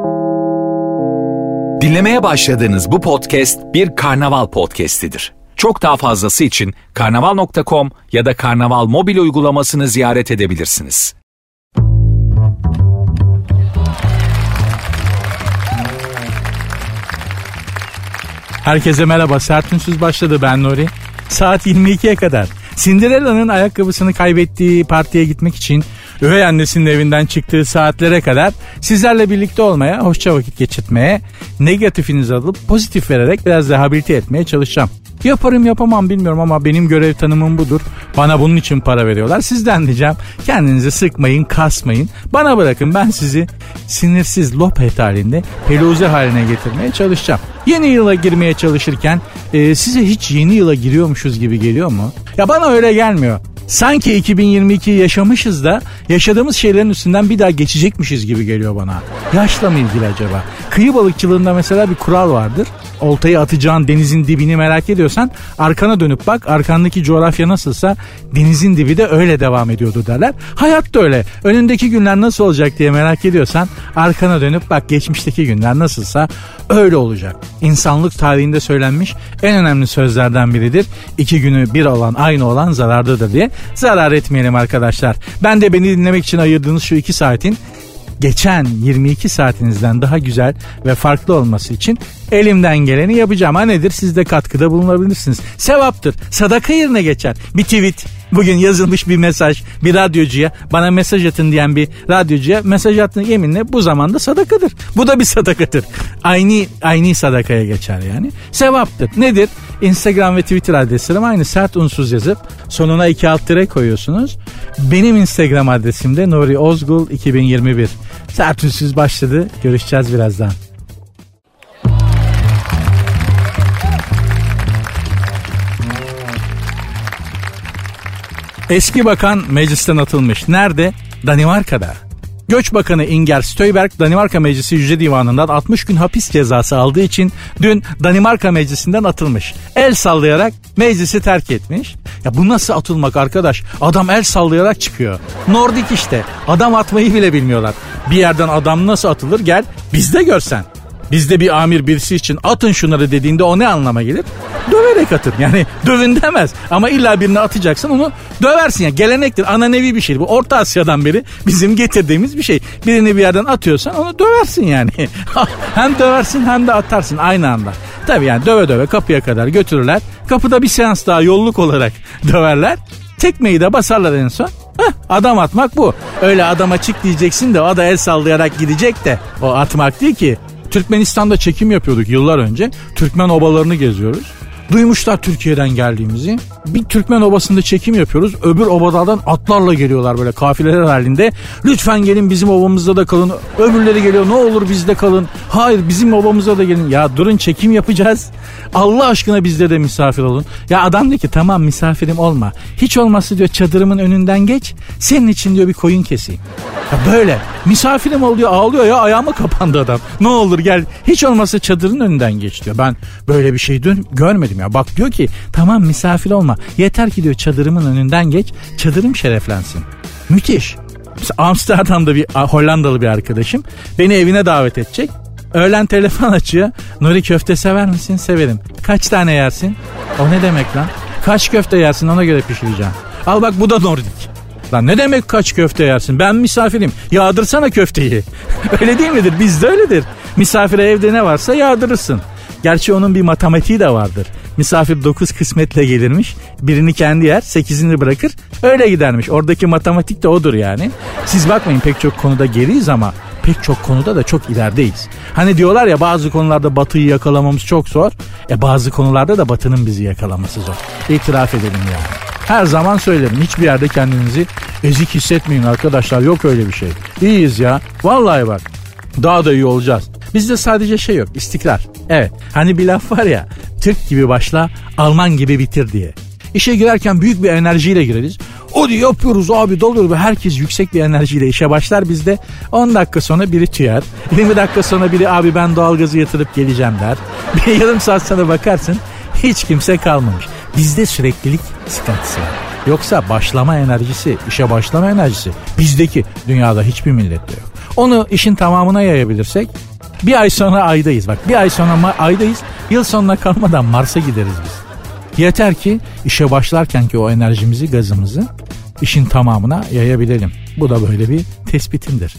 Dinlemeye başladığınız bu podcast bir karnaval podcastidir. Çok daha fazlası için karnaval.com ya da karnaval mobil uygulamasını ziyaret edebilirsiniz. Herkese merhaba. Sert Ünsüz başladı, ben Nuri. Saat 22'ye kadar Cinderella'nın ayakkabısını kaybettiği partiye gitmek için üvey annesinin evinden çıktığı saatlere kadar sizlerle birlikte olmaya, hoşça vakit geçirtmeye, negatifinizi alıp pozitif vererek biraz rehabilite etmeye çalışacağım. Yaparım yapamam bilmiyorum ama benim görev tanımım budur. Bana bunun için para veriyorlar. Sizden diyeceğim, kendinizi sıkmayın, kasmayın. Bana bırakın, ben sizi sinirsiz lopet halinde, peluze haline getirmeye çalışacağım. Yeni yıla girmeye çalışırken size hiç yeni yıla giriyormuşuz gibi geliyor mu? Ya bana öyle gelmiyor. Sanki 2022'yi yaşamışız da yaşadığımız şeylerin üstünden bir daha geçecekmişiz gibi geliyor bana. Yaşla mı ilgili acaba? Kıyı balıkçılığında mesela bir kural vardır. Oltayı atacağın denizin dibini merak ediyorsan arkana dönüp bak, arkandaki coğrafya nasılsa denizin dibi de öyle devam ediyordu derler. Hayat da öyle. Önündeki günler nasıl olacak diye merak ediyorsan arkana dönüp bak, geçmişteki günler nasılsa öyle olacak. İnsanlık tarihinde söylenmiş en önemli sözlerden biridir. 2 günü bir olan, aynı olan zarardadır diye. Zarar etmeyelim arkadaşlar. Ben de beni dinlemek için ayırdığınız şu 2 saatin geçen 22 saatinizden daha güzel ve farklı olması için elimden geleni yapacağım. Ha nedir? Siz de katkıda bulunabilirsiniz. Sevaptır. Sadaka yerine geçer. Bir tweet, bugün yazılmış bir mesaj, bir radyocuya, bana mesaj atın diyen bir radyocuya mesaj attın, yeminle bu zamanda sadakadır. Bu da bir sadakadır. Aynı sadakaya geçer yani. Sevaptır. Nedir? Instagram ve Twitter adreslerim aynı. Sert Unsuz yazıp sonuna 2 alt tire koyuyorsunuz. Benim Instagram adresim de Nuri Ozgul 2021. Sert Unsuz başladı. Görüşeceğiz birazdan. Eski bakan meclisten atılmış. Nerede? Danimarka'da. Göç Bakanı Inger Støjberg, Danimarka Meclisi Yüce Divanı'ndan 60 gün hapis cezası aldığı için dün Danimarka Meclisi'nden atılmış. El sallayarak meclisi terk etmiş. Ya bu nasıl atılmak arkadaş? Adam el sallayarak çıkıyor. Nordik işte. Adam atmayı bile bilmiyorlar. Bir yerden adam nasıl atılır, gel bizde görsen. Bizde bir amir birisi için atın şunları dediğinde o ne anlama gelir? Döverek atın. Yani dövün demez. Ama illa birini atacaksın, onu döversin. Yani gelenektir, ananevi bir şey. Bu Orta Asya'dan beri bizim getirdiğimiz bir şey. Birini bir yerden atıyorsan onu döversin yani. Hem döversin hem de atarsın aynı anda. Tabii yani döve döve kapıya kadar götürürler. Kapıda bir seans daha yolluk olarak döverler. Tekmeyi de basarlar en son. Adam atmak bu. Öyle adama çık diyeceksin de o da el sallayarak gidecek de o atmak değil ki. Türkmenistan'da çekim yapıyorduk yıllar önce. Türkmen obalarını geziyoruz. Duymuşlar Türkiye'den geldiğimizi. Bir Türkmen obasında çekim yapıyoruz. Öbür obalardan atlarla geliyorlar böyle kafileler halinde. Lütfen gelin bizim obamızda da kalın. Öbürleri geliyor, ne olur bizde kalın. Hayır, bizim obamıza da gelin. Ya durun, çekim yapacağız. Allah aşkına bizde de misafir olun. Ya adam diyor ki tamam misafirim olma. Hiç olmazsa diyor çadırımın önünden geç. Senin için diyor bir koyun keseyim. Ya böyle misafirim ol diyor, ağlıyor ya, ayağıma kapandı adam. Ne olur gel, hiç olmazsa çadırın önünden geç diyor. Ben böyle bir şey görmedim ya. Bak diyor ki tamam misafir olma. Yeter ki diyor çadırımın önünden geç. Çadırım şereflensin. Müthiş. Amsterdam'da bir Hollandalı bir arkadaşım beni evine davet edecek. Öğlen telefon açıyor. Nuri köfte sever misin? Severim. Kaç tane yersin? O ne demek lan? Kaç köfte yersin, ona göre pişireceğim. Al bak, bu da Nordik. Lan ne demek kaç köfte yersin? Ben misafirim. Yağdırsana köfteyi. Öyle değil midir? Bizde öyledir. Misafire evde ne varsa yağdırırsın. Gerçi onun bir matematiği de vardır. Misafir 9 kısmetle gelirmiş. Birini kendi yer, 8'ini bırakır. Öyle gidermiş. Oradaki matematik de odur yani. Siz bakmayın, pek çok konuda geriyiz ama pek çok konuda da çok ilerideyiz. Hani diyorlar ya, bazı konularda Batı'yı yakalamamız çok zor. Bazı konularda da Batı'nın bizi yakalaması zor. İtiraf edelim yani. Her zaman söylerim, hiçbir yerde kendinizi ezik hissetmeyin arkadaşlar, yok öyle bir şey. İyiyiz ya, vallahi bak, daha da iyi olacağız. Bizde sadece şey yok, istikrar. Evet, hani bir laf var ya, Türk gibi başla, Alman gibi bitir diye. İşe girerken büyük bir enerjiyle gireriz. O diye yapıyoruz abi, doluyoruz ve herkes yüksek bir enerjiyle işe başlar bizde. 10 dakika sonra biri tüyer. 20 dakika sonra biri abi ben doğalgazı yatırıp geleceğim der. Bir yarım saat sonra bakarsın hiç kimse kalmamış. Bizde süreklilik sıkıntısı var. Yoksa başlama enerjisi, işe başlama enerjisi bizdeki, dünyada hiçbir millette yok. Onu işin tamamına yayabilirsek Bir ay sonra aydayız bak. Bir ay sonra aydayız. Yıl sonuna kalmadan Mars'a gideriz biz. Yeter ki işe başlarken ki o enerjimizi, gazımızı işin tamamına yayabilelim. Bu da böyle bir tespitimdir.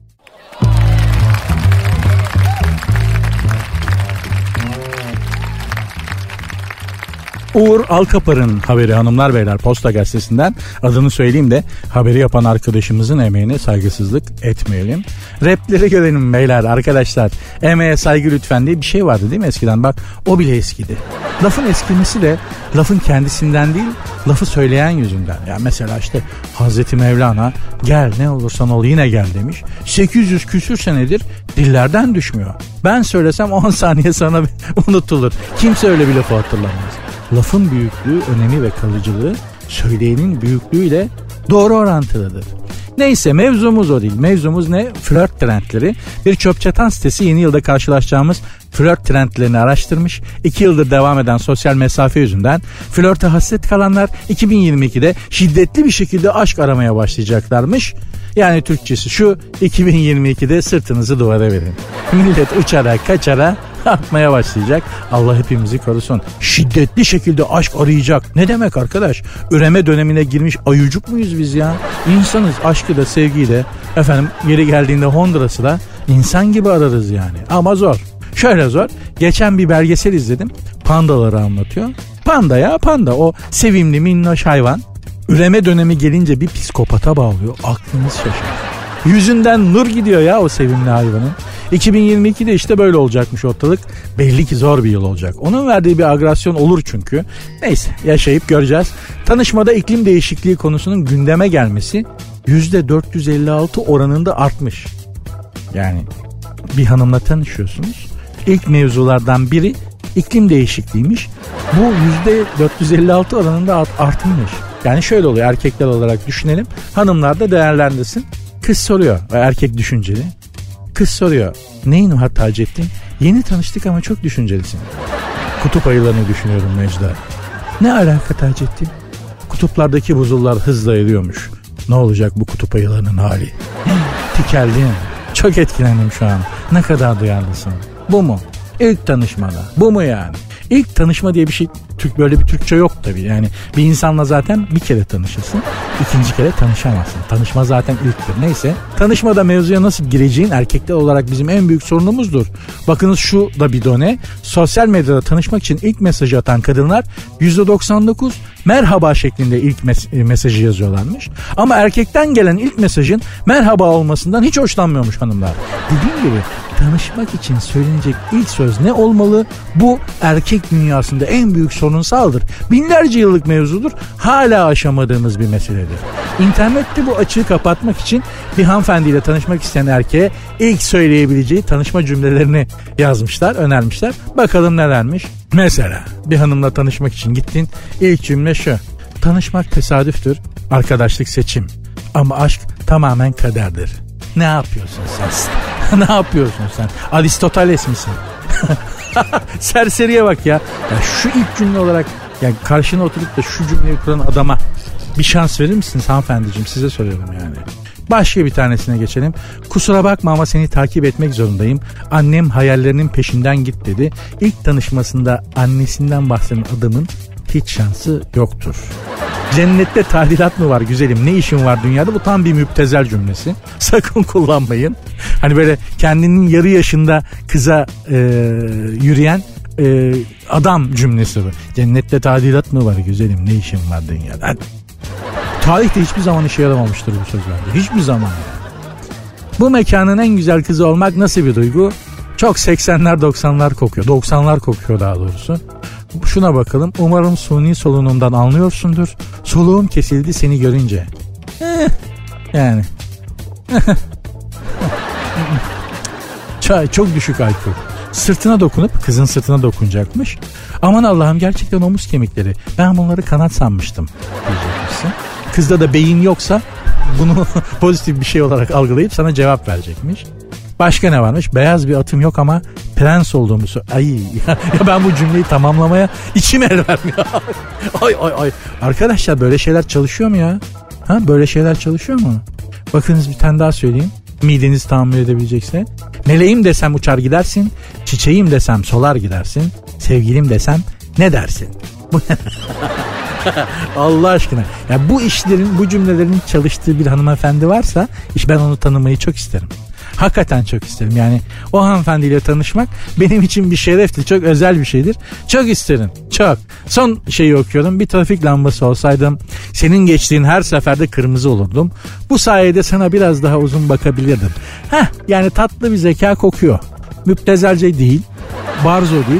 Uğur Alkapar'ın haberi hanımlar beyler, Posta Gazetesi'nden. Adını söyleyeyim de haberi yapan arkadaşımızın emeğine saygısızlık etmeyelim. Repleri görelim beyler arkadaşlar. Emeğe saygı lütfen diye bir şey vardı değil mi eskiden? Bak o bile eskidi. Lafın eskimesi de lafın kendisinden değil, lafı söyleyen yüzünden. Ya mesela işte Hazreti Mevlana gel ne olursan ol yine gel demiş. 800 küsür senedir dillerden düşmüyor. Ben söylesem 10 saniye sonra unutulur. Kimse öyle bir lafı hatırlamaz. Lafın büyüklüğü, önemi ve kalıcılığı söyleyenin büyüklüğüyle doğru orantılıdır. Neyse mevzumuz o değil. Mevzumuz ne? Flört trendleri. Bir çöp çatan sitesi yeni yılda karşılaşacağımız flört trendlerini araştırmış. 2 yıldır devam eden sosyal mesafe yüzünden flörte hasret kalanlar 2022'de şiddetli bir şekilde aşk aramaya başlayacaklarmış. Yani Türkçesi şu: 2022'de sırtınızı duvara verin. Millet uçara kaçara artmaya başlayacak. Allah hepimizi korusun. Şiddetli şekilde aşk arayacak. Ne demek arkadaş? Üreme dönemine girmiş ayucuk muyuz biz ya? İnsanız, aşkı da sevgiyi de efendim yeri geldiğinde Honduras'ı da insan gibi ararız yani. Ama zor. Şöyle zor. Geçen bir belgesel izledim. Pandaları anlatıyor. Panda ya panda, o sevimli minnoş hayvan. Üreme dönemi gelince bir psikopata bağlıyor. Aklınız şaşar. Yüzünden nur gidiyor ya o sevimli hayvanın. 2022'de işte böyle olacakmış ortalık. Belli ki zor bir yıl olacak. Onun verdiği bir agresyon olur çünkü. Neyse yaşayıp göreceğiz. Tanışmada iklim değişikliği konusunun gündeme gelmesi %456 oranında artmış. Yani bir hanımla tanışıyorsunuz. İlk mevzulardan biri iklim değişikliğiymiş. Bu %456 oranında artmış. Yani şöyle oluyor, erkekler olarak düşünelim. Hanımlar da değerlendirsin. Kız soruyor, erkek düşünceli. Kız soruyor, neyini tercih ettin? Yeni tanıştık ama çok düşüncelisin. Kutup ayılarını düşünüyorum Necda. Ne alaka tercih ettin? Kutuplardaki buzullar hızla eriyormuş. Ne olacak bu kutup ayılarının hali? Tikeldim. Çok etkilendim şu an. Ne kadar duyarlısın. Bu mu? İlk tanışmada. Bu mu yani? İlk tanışma diye bir şey, böyle bir Türkçe yok tabii. Yani bir insanla zaten bir kere tanışırsın. İkinci kere tanışamazsın. Tanışma zaten ilktir. Neyse. Tanışmada mevzuya nasıl gireceğin erkekler olarak bizim en büyük sorunumuzdur. Bakınız şu da bir done. Sosyal medyada tanışmak için ilk mesajı atan kadınlar %99 merhaba şeklinde ilk mesajı yazıyorlarmış. Ama erkekten gelen ilk mesajın merhaba olmasından hiç hoşlanmıyormuş hanımlar. Dediğim gibi tanışmak için söylenecek ilk söz ne olmalı? Bu erkek dünyasında en büyük sorunsaldır. Binlerce yıllık mevzudur. Hala aşamadığımız bir meseledir. İnternette bu açığı kapatmak için bir hanımefendiyle tanışmak isteyen erkeğe ilk söyleyebileceği tanışma cümlelerini yazmışlar, önermişler. Bakalım nelermiş? Mesela bir hanımla tanışmak için gittin. İlk cümle şu: tanışmak tesadüftür, arkadaşlık seçim. Ama aşk tamamen kaderdir. Ne yapıyorsun sen? Ne yapıyorsun sen? Aristoteles misin? Serseriye bak ya. Ya şu ilk cümle olarak, yani karşına oturup da şu cümleyi kuran adama bir şans verir misiniz hanımefendiciğim? Size soruyorum yani. Başka bir tanesine geçelim. Kusura bakma ama seni takip etmek zorundayım. Annem hayallerinin peşinden git dedi. İlk tanışmasında annesinden bahseden adamın hiç şansı yoktur. Cennette tadilat mı var güzelim, ne işin var dünyada? Bu tam bir müptezel cümlesi. Sakın kullanmayın. Hani böyle kendinin yarı yaşında kıza yürüyen adam cümlesi bu. Cennette tadilat mı var güzelim, ne işin var dünyada? Hadi. Tarihte hiçbir zaman işe yaramamıştır bu sözlerde. Hiçbir zaman yani. Bu mekanın en güzel kızı olmak nasıl bir duygu? Çok 80'ler 90'lar kokuyor. 90'lar kokuyor daha doğrusu. Şuna bakalım. Umarım suni solunumdan anlıyorsundur. Soluğum kesildi seni görünce. Yani. Çok düşük IQ. Sırtına dokunup, kızın sırtına dokunacakmış. Aman Allah'ım gerçekten omuz kemikleri. Ben bunları kanat sanmıştım diyecekmişsin. Kızda da beyin yoksa bunu pozitif bir şey olarak algılayıp sana cevap verecekmiş. Başka ne varmış? Beyaz bir atım yok ama prens olduğumu ya ben bu cümleyi tamamlamaya içim el vermiyor. ay. Arkadaşlar böyle şeyler çalışıyor mu ya? Ha, böyle şeyler çalışıyor mu? Bakınız bir tane daha söyleyeyim. mideniz tahammül edebilecekse. Meleğim desem uçar gidersin, çiçeğim desem solar gidersin, sevgilim desem ne dersin? Allah aşkına. Ya bu işlerin, bu cümlelerin çalıştığı bir hanımefendi varsa ben onu tanımayı çok isterim. Hakikaten çok isterim. Yani o hanımefendiyle tanışmak benim için bir şereftir. Çok özel bir şeydir. Çok isterim. Çok. Son şeyi okuyorum. Bir trafik lambası olsaydım senin geçtiğin her seferde kırmızı olurdum. Bu sayede sana biraz daha uzun bakabilirdim. Yani tatlı bir zeka kokuyor. Müptezelce değil. Barzo değil.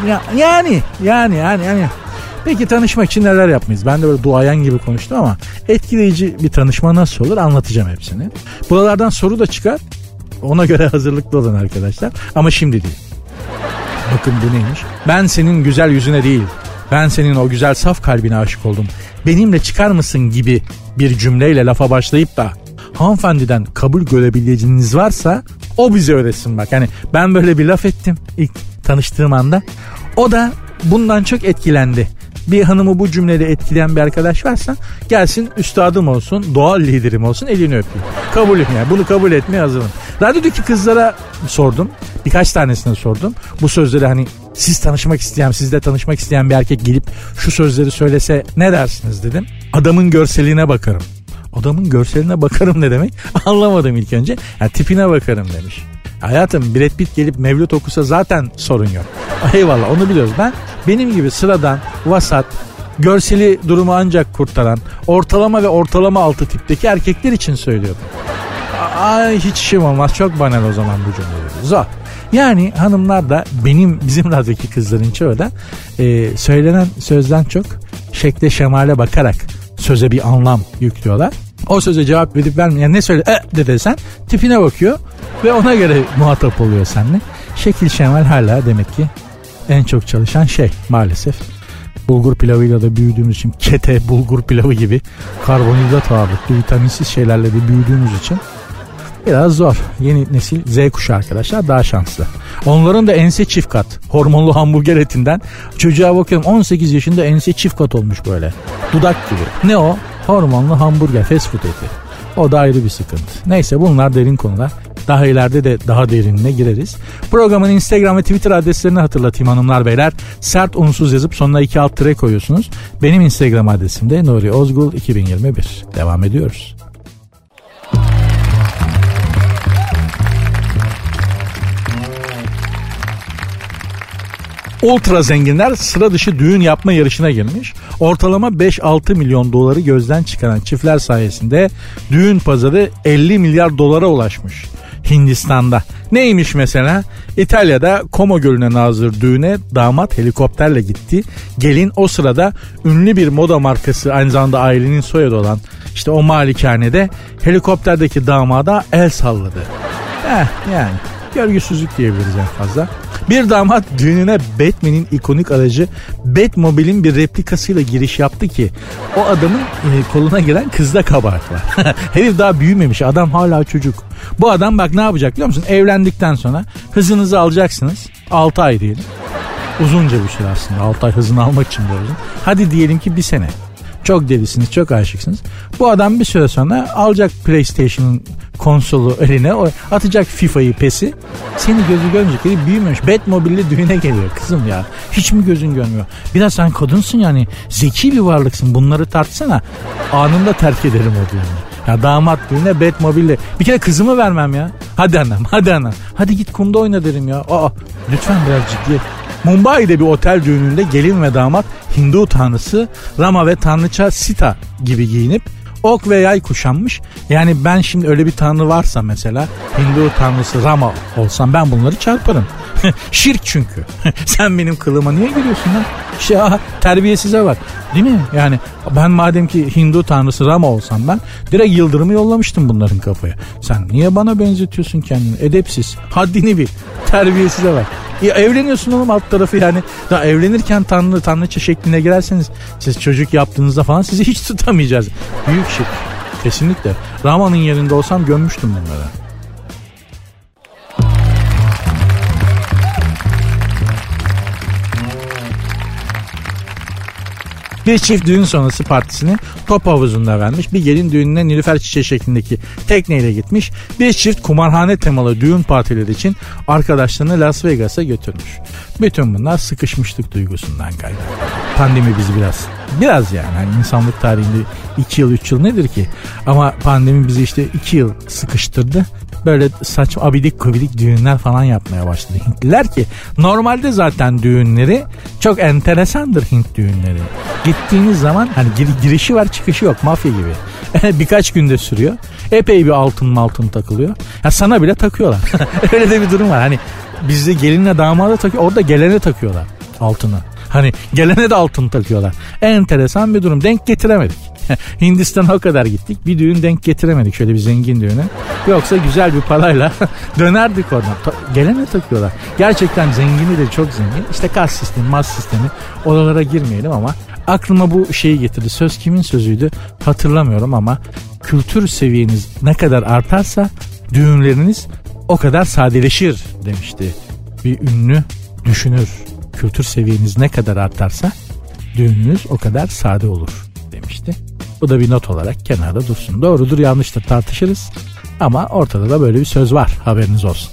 Yani. Peki tanışmak için neler yapmayız? Ben de böyle duayen gibi konuştum ama etkileyici bir tanışma nasıl olur anlatacağım hepsini. Buralardan soru da çıkar. Ona göre hazırlıklı olun arkadaşlar. Ama şimdi değil. Bakın bu neymiş? Ben senin güzel yüzüne değil, ben senin o güzel saf kalbine aşık oldum. Benimle çıkar mısın gibi bir cümleyle lafa başlayıp da hanımefendiden kabul görebileceğiniz varsa o bize öğretsin bak. Yani ben böyle bir laf ettim ilk tanıştığım anda. O da bundan çok etkilendi. Bir hanımı bu cümleyle etkileyen bir arkadaş varsa gelsin üstadım olsun, doğal liderim olsun, elini öpeyim. Kabulüm yani, bunu kabul etmeye hazırım. Radyodaki kızlara sordum, birkaç tanesine sordum. Bu sözleri hani sizle tanışmak isteyen bir erkek gelip şu sözleri söylese ne dersiniz dedim. Adamın görseline bakarım. Adamın görseline bakarım ne demek? Anlamadım ilk önce. Yani tipine bakarım demiş. Hayatım Brad Pitt gelip Mevlüt okusa zaten sorun yok. Eyvallah, onu biliyoruz. Benim gibi sıradan, vasat, görseli durumu ancak kurtaran, ortalama ve ortalama altı tipteki erkekler için söylüyorum. Hiç işim olmaz. Çok banal o zaman bu cümleleri. Zor. Yani hanımlar da bizim radyodaki kızların çoğu da söylenen sözden çok şekle şemale bakarak söze bir anlam yüklüyorlar. O söze cevap verip vermiyor. Yani ne söyle de desen tipine bakıyor ve ona göre muhatap oluyor seninle. Şekil şemal hala demek ki en çok çalışan şey maalesef. Bulgur pilavıyla da büyüdüğümüz için, kete, bulgur pilavı gibi karbonhidrat ağırlıklı vitaminsiz şeylerle de büyüdüğümüz için biraz zor. Yeni nesil Z kuşağı arkadaşlar daha şanslı. Onların da ense çift kat. Hormonlu hamburger etinden çocuğa bakıyorum 18 yaşında ense çift kat olmuş böyle. Dudak gibi. Ne o? Hormonlu hamburger, fast food eti. O da ayrı bir sıkıntı. Neyse bunlar derin konular. Daha ileride de daha derinine gireriz. Programın Instagram ve Twitter adreslerini hatırlatayım hanımlar beyler. Sert unsuz yazıp sonuna 2 alt tire koyuyorsunuz. Benim Instagram adresim de Nuri Ozgul 2021. Devam ediyoruz. Ultra zenginler sıra dışı düğün yapma yarışına girmiş. Ortalama 5-6 milyon doları gözden çıkaran çiftler sayesinde düğün pazarı 50 milyar dolara ulaşmış. Hindistan'da. Neymiş mesela? İtalya'da Como Gölü'ne nazır düğüne damat helikopterle gitti. Gelin o sırada ünlü bir moda markası, aynı zamanda ailenin soyadı olan işte o malikanede helikopterdeki damada el salladı. Yani görgüsüzlük diyebiliriz en fazla. Bir damat düğününe Batman'in ikonik aracı Batmobile'in bir replikasıyla giriş yaptı ki o adamın koluna giren kızda kabahat var. Herif daha büyümemiş, adam hala çocuk. Bu adam bak ne yapacak biliyor musun? Evlendikten sonra hızınızı alacaksınız. 6 ay diyelim. Uzunca bir süre aslında. 6 ay hızını almak için de uzun. Hadi diyelim ki 1 sene. Çok delisiniz, çok aşıksınız. Bu adam bir süre sonra alacak PlayStation'ın konsolu eline, atacak FIFA'yı, PES'i. Seni gözü görmeyecek. Herif büyümemiş. Batmobile'le düğüne geliyor. Kızım ya, hiç mi gözün görmüyor? Biraz sen kadınsın yani. Zeki bir varlıksın. Bunları tartsana. Anında terk ederim o düğünü. Ya damat düğüne Batmobile'le. Bir kere kızımı vermem ya. Hadi annem. Hadi git kumda oyna derim ya. Lütfen biraz ciddiyet. Mumbai'de bir otel düğününde gelin ve damat Hindu tanrısı Rama ve tanrıça Sita gibi giyinip ok ve yay kuşanmış. Yani ben şimdi öyle bir tanrı varsa mesela Hindu tanrısı Rama olsam ben bunları çarparım. Şirk çünkü. Sen benim kılığıma niye giriyorsun lan? Terbiyesize bak. Değil mi? Yani ben madem ki Hindu tanrısı Rama olsam ben direkt yıldırımı yollamıştım bunların kafaya. Sen niye bana benzetiyorsun kendini? Edepsiz. Haddini bil. Terbiyesize bak. Evleniyorsun oğlum alt tarafı yani. Daha evlenirken tanrıça şekline girerseniz siz çocuk yaptığınızda falan sizi hiç tutamayacağız. Büyük şirk. Kesinlikle. Rama'nın yerinde olsam gömmüştüm bunları. Bir çift düğün sonrası partisini top havuzunda vermiş. Bir gelin düğününe nilüfer çiçeği şeklindeki tekneyle gitmiş. Bir çift kumarhane temalı düğün partileri için arkadaşlarını Las Vegas'a götürmüş. Bütün bunlar sıkışmışlık duygusundan kaynaklı. Pandemi bizi biraz yani hani insanlık tarihinde 2 yıl 3 yıl nedir ki? Ama pandemi bizi işte 2 yıl sıkıştırdı. Böyle saçma abidik kubidik düğünler falan yapmaya başladı Hintliler ki normalde zaten düğünleri çok enteresandır Hint düğünleri. Gittiğiniz zaman hani girişi var çıkışı yok mafya gibi. Birkaç günde sürüyor. Epey bir altın takılıyor. Ya sana bile takıyorlar. Öyle de bir durum var. Hani bizde gelinle damada takıyor. Orada gelene takıyorlar altını. Hani gelene de altın takıyorlar. Enteresan bir durum. Denk getiremedik. Hindistan'a o kadar gittik. Bir düğün denk getiremedik. Şöyle bir zengin düğünü. Yoksa güzel bir parayla dönerdik oradan. Gelene takıyorlar. Gerçekten zengini de çok zengin. İşte kas sistemi, mas sistemi. Oralara girmeyelim ama aklıma bu şeyi getirdi. Söz kimin sözüydü hatırlamıyorum ama kültür seviyeniz ne kadar artarsa düğünleriniz o kadar sadeleşir demişti bir ünlü düşünür. Kültür seviyeniz ne kadar artarsa düğününüz o kadar sade olur demişti. Bu da bir not olarak kenarda dursun. Doğrudur yanlıştır tartışırız ama ortada da böyle bir söz var, haberiniz olsun.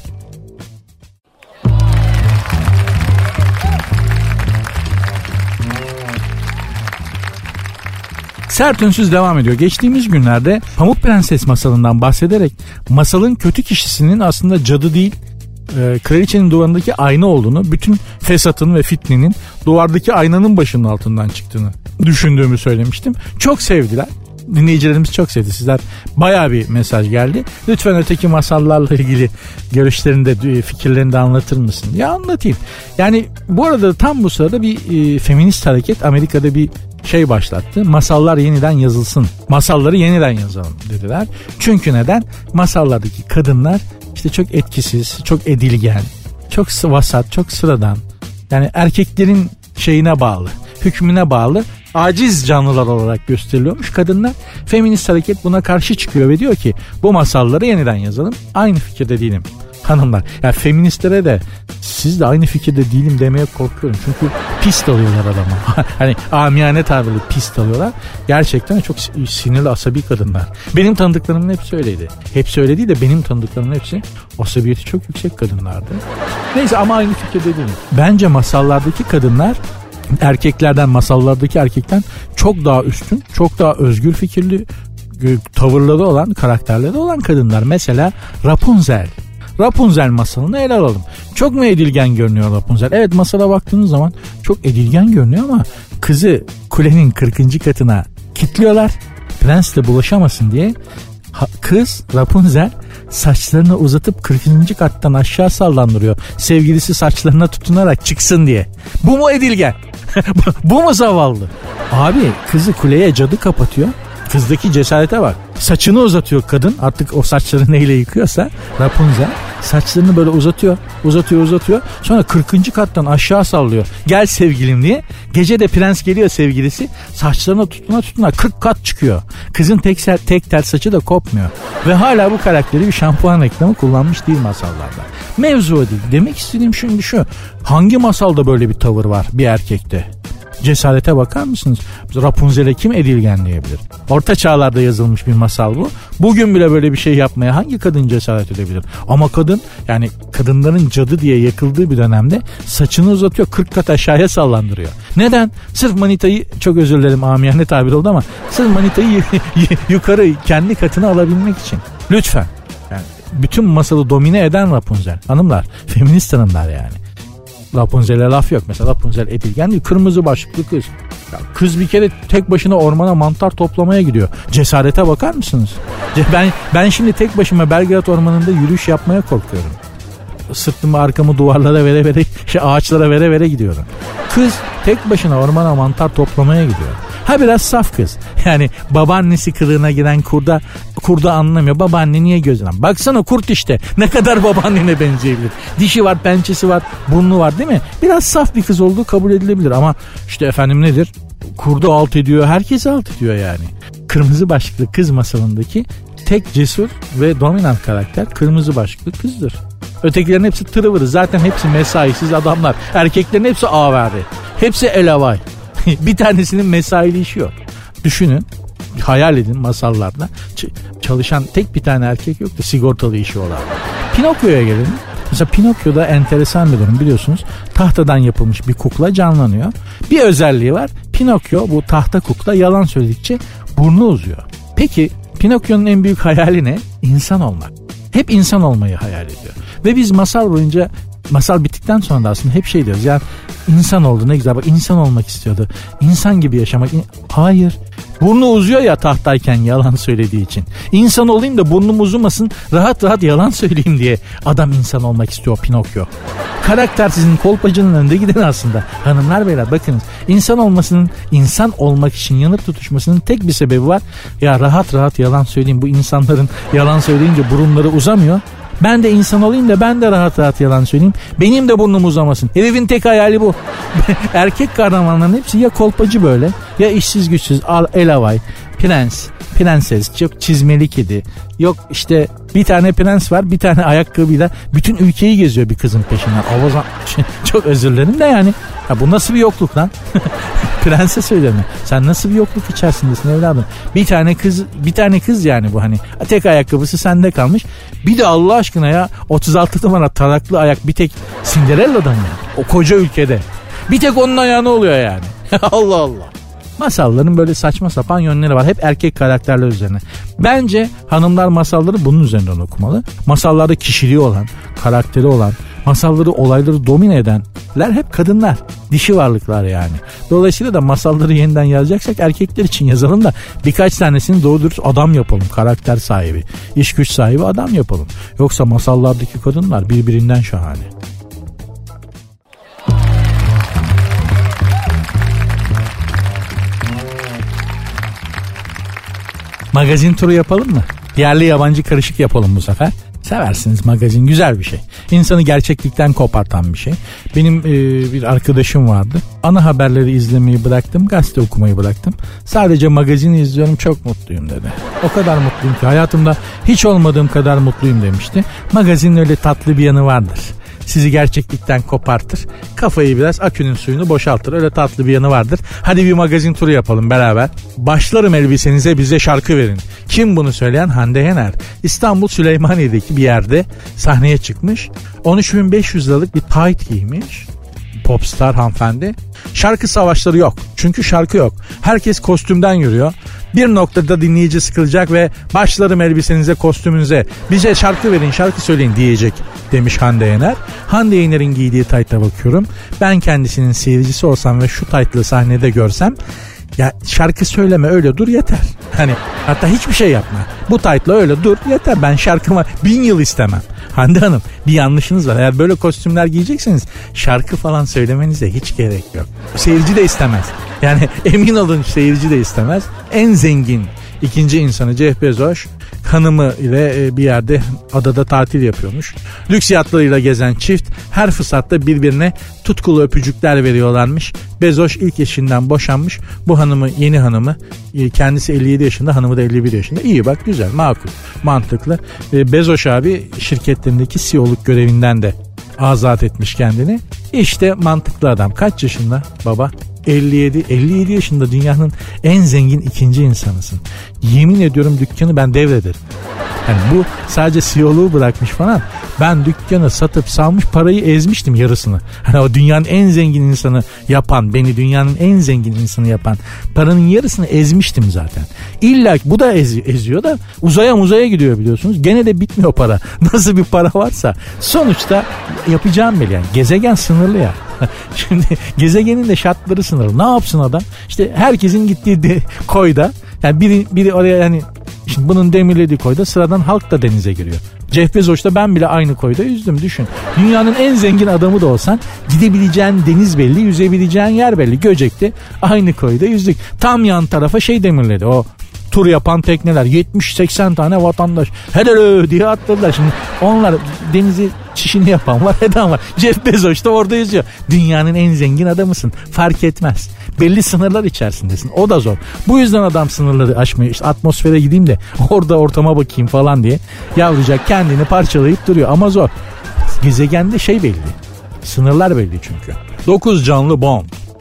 Sert Ünsüz devam ediyor. Geçtiğimiz günlerde Pamuk Prenses masalından bahsederek masalın kötü kişisinin aslında cadı değil, kraliçenin duvarındaki ayna olduğunu, bütün fesatın ve fitnenin duvardaki aynanın başının altından çıktığını düşündüğümü söylemiştim. Çok sevdiler. Dinleyicilerimiz çok sevdi. Sizler bayağı bir mesaj geldi. Lütfen öteki masallarla ilgili görüşlerini de fikirlerini de anlatır mısın? Ya anlatayım. Yani bu arada tam bu sırada bir feminist hareket Amerika'da bir şey başlattı. Masallar yeniden yazılsın. Masalları yeniden yazalım dediler. Çünkü neden? Masallardaki kadınlar işte çok etkisiz, çok edilgen, çok vasat, çok sıradan. Yani erkeklerin şeyine bağlı, hükmüne bağlı aciz canlılar olarak gösteriliyormuş. Kadınlar, feminist hareket buna karşı çıkıyor ve diyor ki bu masalları yeniden yazalım. Aynı fikirde değilim hanımlar. Yani feministlere de siz de aynı fikirde değilim demeye korkuyorum. Çünkü pist alıyorlar adama. Hani amiyane tabirle pist alıyorlar. Gerçekten çok sinirli, asabi kadınlar. Benim tanıdıklarımın hepsi öyleydi. Hepsi öyle değil de benim tanıdıklarımın hepsi asabiyeti çok yüksek kadınlardı. Neyse ama aynı fikirde değilim. Bence masallardaki kadınlar erkeklerden, masallardaki erkekten çok daha üstün, çok daha özgür fikirli, tavırları olan, karakterleri olan kadınlar. Mesela Rapunzel masalını ele alalım. Çok mu edilgen görünüyor Rapunzel? Evet, masala baktığınız zaman çok edilgen görünüyor ama kızı kulenin 40. katına kilitliyorlar. Prensle bulaşamasın diye kız Rapunzel saçlarını uzatıp 40. kattan aşağı sallandırıyor. Sevgilisi saçlarına tutunarak çıksın diye. Bu mu edilgen? Bu mu zavallı? Abi kızı kuleye cadı kapatıyor. Kızdaki cesarete bak. Saçını uzatıyor kadın. Artık o saçları neyle yıkıyorsa Rapunzel saçlarını böyle uzatıyor. Sonra 40. kattan aşağı sallıyor. Gel sevgilim diye. Gece de prens geliyor sevgilisi. Saçlarına tutuna 40 kat çıkıyor. Kızın tek tel saçı da kopmuyor. Ve hala bu karakteri bir şampuan reklamı kullanmış değil masallarda. Mevzu o değil. Demek istediğim şimdi şu. Hangi masalda böyle bir tavır var bir erkekte? Cesarete bakar mısınız? Rapunzel'e kim edilgen diyebilir? Orta çağlarda yazılmış bir masal bu. Bugün bile böyle bir şey yapmaya hangi kadın cesaret edebilir? Ama kadın, yani kadınların cadı diye yakıldığı bir dönemde saçını uzatıyor, 40 kat aşağıya sallandırıyor. Neden? Sırf manitayı, çok özür dilerim amiyane tabir oldu ama sırf manitayı yukarı kendi katına alabilmek için. Lütfen. Yani bütün masalı domine eden Rapunzel. Hanımlar, feminist hanımlar yani. Rapunzel'e laf yok. Mesela Rapunzel edilgen değil, kırmızı başlıklı kız. Ya kız bir kere tek başına ormana mantar toplamaya gidiyor. Cesarete bakar mısınız? Ben şimdi tek başıma Belgrad ormanında yürüyüş yapmaya korkuyorum. Sırtımı arkamı duvarlara vere ağaçlara vere gidiyorum. Kız tek başına ormana mantar toplamaya gidiyor. Ha biraz saf kız. Yani babaannesi kılığına giren kurda anlamıyor. Babaanne niye gözüne? Baksana kurt işte. Ne kadar babaannene benzeyebilir. Dişi var, pençesi var, burnu var değil mi? Biraz saf bir kız olduğu kabul edilebilir ama işte efendim nedir? Kurdu alt ediyor, herkesi alt ediyor yani. Kırmızı başlıklı kız masalındaki tek cesur ve dominant karakter kırmızı başlıklı kızdır. Ötekilerin hepsi tırıvırı. Zaten hepsi mesaisiz adamlar. Erkeklerin hepsi avare. Hepsi elavay. Bir tanesinin mesaili işi yok. Düşünün, hayal edin masallarda çalışan tek bir tane erkek yok da sigortalı işi olan. Pinokyo'ya gelelim. Mesela Pinokyo'da enteresan bir durum, biliyorsunuz. Tahtadan yapılmış bir kukla canlanıyor. Bir özelliği var. Pinokyo bu tahta kukla yalan söyledikçe burnu uzuyor. Peki Pinokyo'nun en büyük hayali ne? İnsan olmak. Hep insan olmayı hayal ediyor. Ve biz masal boyunca, masal bittikten sonra da aslında hep şey diyoruz. Yani insan oldu, ne güzel, bak insan olmak istiyordu. İnsan gibi yaşamak. Hayır. Burnu uzuyor ya tahtayken yalan söylediği için. İnsan olayım da burnum uzamasın, rahat rahat yalan söyleyeyim diye adam insan olmak istiyor Pinokyo. Karaktersizin, kolpacının önünde giden aslında. Hanımlar beyler bakınız, insan olmasının, insan olmak için yanıp tutuşmasının tek bir sebebi var. Ya rahat rahat yalan söyleyeyim, bu insanların yalan söyleyince burunları uzamıyor. Ben de insan olayım da ben de rahat rahat yalan söyleyeyim. Benim de burnum uzamasın. Herifin tek hayali bu. Erkek kahramanların hepsi ya kolpacı böyle, ya işsiz güçsüz, elavay, prens, prenses, yok çizmeli kedi. Yok işte bir tane prens var, bir tane ayakkabıyla bütün ülkeyi geziyor bir kızın peşinden. Çok özür dilerim de yani. Ya bu nasıl bir yokluk lan? Prense söyleme. Sen nasıl bir yokluk içerisindesin evladım? Bir tane kız yani bu, hani tek ayakkabısı sende kalmış. Bir de Allah aşkına ya 36 numara taraklı ayak bir tek Cinderella'dan ya. O koca ülkede. Bir tek onun ayağı ne oluyor yani? Allah Allah. Masalların böyle saçma sapan yönleri var. Hep erkek karakterler üzerine. Bence hanımlar masalları bunun üzerinden okumalı. Masallarda kişiliği olan, karakteri olan, masalları, olayları domine edenler hep kadınlar. Dişi varlıklar yani. Dolayısıyla da masalları yeniden yazacaksak erkekler için yazalım da birkaç tanesini doğru dürüst adam yapalım. Karakter sahibi, iş güç sahibi adam yapalım. Yoksa masallardaki kadınlar birbirinden şahane. Magazin turu yapalım mı? Yerli yabancı karışık yapalım bu sefer. Seversiniz, magazin güzel bir şey. İnsanı gerçeklikten kopartan bir şey. Benim bir arkadaşım vardı. Ana haberleri izlemeyi bıraktım, gazete okumayı bıraktım. Sadece magazini izliyorum, çok mutluyum dedi. O kadar mutluyum ki hayatımda hiç olmadığım kadar mutluyum demişti. Magazinin öyle tatlı bir yanı vardır. Sizi gerçeklikten kopartır. Kafayı biraz, akünün suyunu boşaltır. Öyle tatlı bir yanı vardır. Hadi bir magazin turu yapalım beraber. Başlarım elbisenize, bize şarkı verin. Kim bunu söyleyen? Hande Yener. İstanbul Süleymaniye'deki bir yerde sahneye çıkmış. 13.500 liralık bir tight giymiş. Popstar hanımefendi. Şarkı savaşları yok. Çünkü şarkı yok. Herkes kostümden yürüyor. Bir noktada dinleyici sıkılacak ve başlarım elbisenize, kostümünüze, bize şarkı verin, şarkı söyleyin diyecek demiş Hande Yener. Hande Yener'in giydiği tayta bakıyorum. Ben kendisinin seyircisi olsam ve şu taytlı sahnede görsem, ya şarkı söyleme, öyle dur yeter. Hani hatta hiçbir şey yapma. Bu taytla öyle dur yeter. Ben şarkıma 1000 yıl istemem. Hande Hanım, bir yanlışınız var. Eğer böyle kostümler giyecekseniz şarkı falan söylemenize hiç gerek yok. Seyirci de istemez. Yani emin olun, seyirci de istemez. En zengin ikinci insanı Jeff Bezos hanımı ile bir yerde adada tatil yapıyormuş. Lüks yatlarıyla gezen çift her fırsatta birbirine tutkulu öpücükler veriyorlarmış. Bezos ilk eşinden boşanmış. Bu hanımı, yeni hanımı, kendisi 57 yaşında, hanımı da 51 yaşında. İyi bak, güzel, makul, mantıklı. Bezos abi şirketlerindeki CEO'luk görevinden de azat etmiş kendini. İşte mantıklı adam. Kaç yaşında baba? 57 yaşında, dünyanın en zengin ikinci insanısın. Yemin ediyorum dükkanı ben devrederim. Yani bu sadece CEO'luğu bırakmış falan. Ben dükkanı satıp salmış, parayı ezmiştim yarısını. Hani o dünyanın en zengin insanı yapan, beni dünyanın en zengin insanı yapan paranın yarısını ezmiştim zaten. İlla bu da eziyor da uzaya gidiyor biliyorsunuz. Gene de bitmiyor para. Nasıl bir para varsa sonuçta yapacağım belli yani. Gezegen sınırlı ya. Şimdi gezegenin de şartları sınırlı. Ne yapsın adam? İşte herkesin gittiği koyda, yani biri oraya, yani şimdi bunun demirlediği koyda sıradan halk da denize giriyor. Jeff Bezos'ta ben bile aynı koyda yüzdüm, düşün. Dünyanın en zengin adamı da olsan gidebileceğin deniz belli, yüzebileceğin yer belli. Göcek'te aynı koyda yüzdük. Tam yan tarafa şey demirledi, o tur yapan tekneler, 70-80 tane vatandaş hello diye atladılar. Şimdi onlar denizi çişini yapan var, eden var. Jeff Bezos da orada yüzüyor. Dünyanın en zengin adamısın, fark etmez. Belli sınırlar içerisindesin, o da zor. Bu yüzden adam sınırları aşmıyor. İşte atmosfere gideyim de orada ortama bakayım falan diye yavrucak kendini parçalayıp duruyor ama zor. Gezegende şey belli, sınırlar belli çünkü. 9 canlı bomb.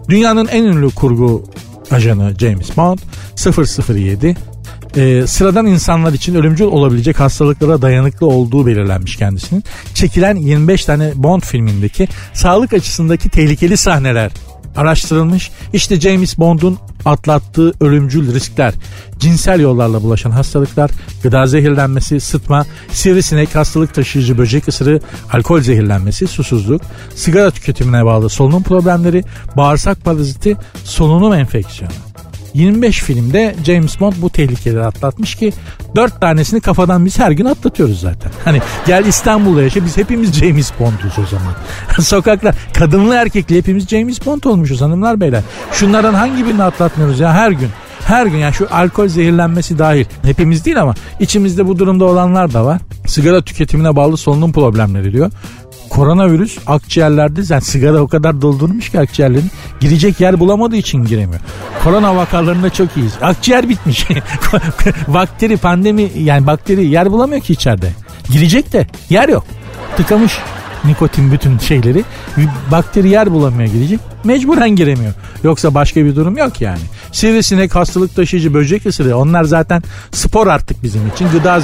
Dünyanın en ünlü kurgu ajanı James Bond 007 sıradan insanlar için ölümcül olabilecek hastalıklara dayanıklı olduğu belirlenmiş kendisinin. Çekilen 25 tane Bond filmindeki sağlık açısındaki tehlikeli sahneler araştırılmış. İşte James Bond'un atlattığı ölümcül riskler: cinsel yollarla bulaşan hastalıklar, gıda zehirlenmesi, sıtma, sivrisinek, hastalık taşıyıcı böcek ısırığı, alkol zehirlenmesi, susuzluk, sigara tüketimine bağlı solunum problemleri, bağırsak paraziti, solunum enfeksiyonu. 25 filmde James Bond bu tehlikeleri atlatmış ki 4 tanesini kafadan biz her gün atlatıyoruz zaten. Hani gel İstanbul'da yaşa, biz hepimiz James Bond'uz o zaman. Sokaklar kadınlı erkekli hepimiz James Bond olmuşuz hanımlar beyler. Şunlardan hangi birini atlatmıyoruz ya her gün? Her gün, yani şu alkol zehirlenmesi dahil. Hepimiz değil ama içimizde bu durumda olanlar da var. Sigara tüketimine bağlı solunum problemleri diyor. Koronavirüs akciğerlerde, yani sigara o kadar doldurmuş ki akciğerlerini, girecek yer bulamadığı için giremiyor. Korona vakalarında çok iyiyiz. Akciğer bitmiş. Bakteri, pandemi, yani bakteri yer bulamıyor ki içeride. Girecek de yer yok. Tıkamış nikotin bütün şeyleri. Bakteri yer bulamıyor, girecek. Mecburen giremiyor. Yoksa başka bir durum yok yani. Sivrisinek, hastalık taşıyıcı böcek ısırığı, onlar zaten spor artık bizim için. Gıda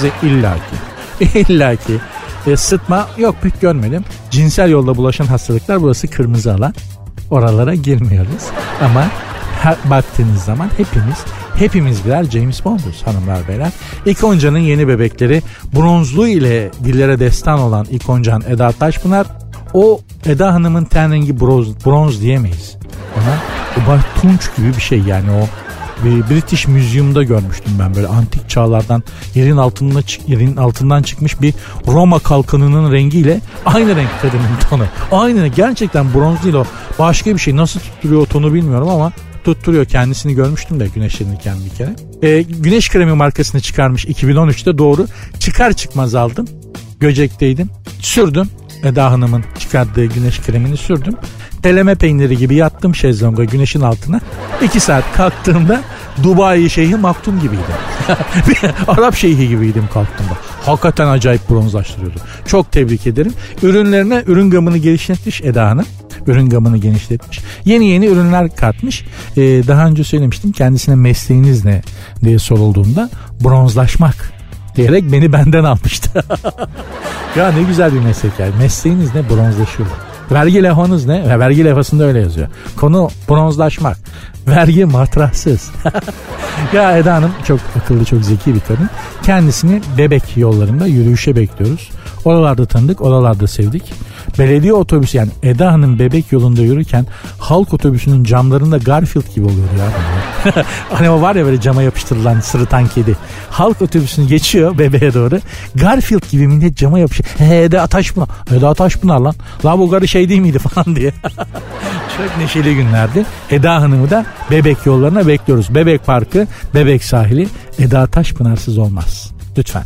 illaki. Sıtma yok, pek görmedim. Cinsel yolla bulaşan hastalıklar, burası kırmızı alan. Oralara girmiyoruz. Ama baktığınız zaman hepimiz birer James Bond'uz hanımlar beyler. İkonca'nın yeni bebekleri, bronzluğu ile dillere destan olan İkoncan Eda Taşpınar. O Eda Hanım'ın ten rengi bronz diyemeyiz. Ona o tunç gibi bir şey yani. O British Museum'da görmüştüm ben, böyle antik çağlardan yerin altından çıkmış bir Roma kalkanının rengiyle aynı renk kadının tonu. Aynı, gerçekten bronz değil o. Başka bir şey, nasıl tutturuyor o tonu bilmiyorum ama tutturuyor. Kendisini görmüştüm de güneşlenirken bir kere. Güneş kremi markasını çıkarmış 2013'te, doğru. Çıkar çıkmaz aldım. Göcek'teydim. Sürdüm. Eda Hanım'ın çıkardığı güneş kremini sürdüm. Teleme peyniri gibi yattım şezlonga, güneşin altına. 2 saat kalktığımda Dubai Şeyhi Maktum gibiydim. Arap Şeyhi gibiydim kalktığımda. Hakikaten acayip bronzlaştırıyordu. Çok tebrik ederim. Ürünlerine ürün gamını genişletmiş Eda Hanım. Ürün gamını genişletmiş. Yeni ürünler katmış. Daha önce söylemiştim, kendisine mesleğiniz ne diye sorulduğunda bronzlaşmak diyerek beni benden almıştı. Ya ne güzel bir meslek yani. Mesleğiniz ne? Bronzlaşıyor. Vergi levhanız ne? Vergi levhasında öyle yazıyor. Konu bronzlaşmak. Vergi matrahsız. Ya Eda Hanım çok akıllı, çok zeki bir kadın. Kendisini Bebek yollarında yürüyüşe bekliyoruz. Oralarda tanıdık, oralarda sevdik. Belediye otobüsü, yani Eda Hanım Bebek yolunda yürürken halk otobüsünün camlarında Garfield gibi oluyor ya. Hani o var ya böyle cama yapıştırılan sırıtan kedi. Halk otobüsünü geçiyor bebeğe doğru. Garfield gibi millet cama yapışıyor. Eda Taşpınar lan. La bu garı şey değil miydi falan diye. Çok neşeli günlerdi. Eda Hanım'ı da Bebek yollarına bekliyoruz. Bebek Parkı, Bebek Sahili. Eda Taşpınar'sız olmaz. Lütfen.